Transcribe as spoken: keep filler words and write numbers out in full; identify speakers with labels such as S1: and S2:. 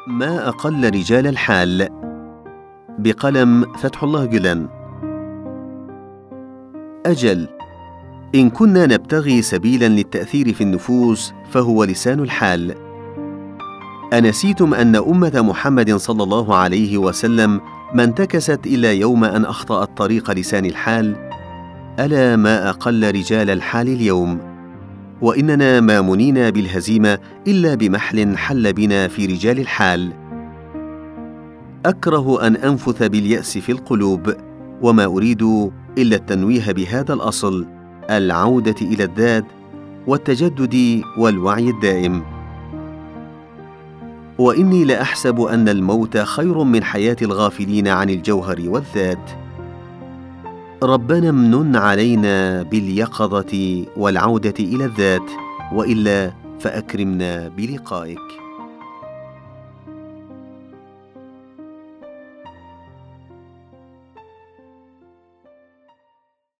S1: ما أقل رجال الحال، بقلم فتح الله جلان. أجل، إن كنا نبتغي سبيلا للتأثير في النفوس فهو لسان الحال. أنسيتم أن أمة محمد صلى الله عليه وسلم ما انتكست إلا يوم أن أخطأت طريق لسان الحال؟ ألا ما أقل رجال الحال اليوم، وإننا ما منينا بالهزيمة إلا بمحل حل بنا في رجال الحال. أكره أن أنفث باليأس في القلوب، وما أريد إلا التنويه بهذا الأصل: العودة إلى الذات والتجدد والوعي الدائم. وإني لأحسب أن الموت خير من حياة الغافلين عن الجوهر والذات. ربنا امنن علينا باليقظة والعودة إلى الذات، وإلا فأكرمنا بلقائك.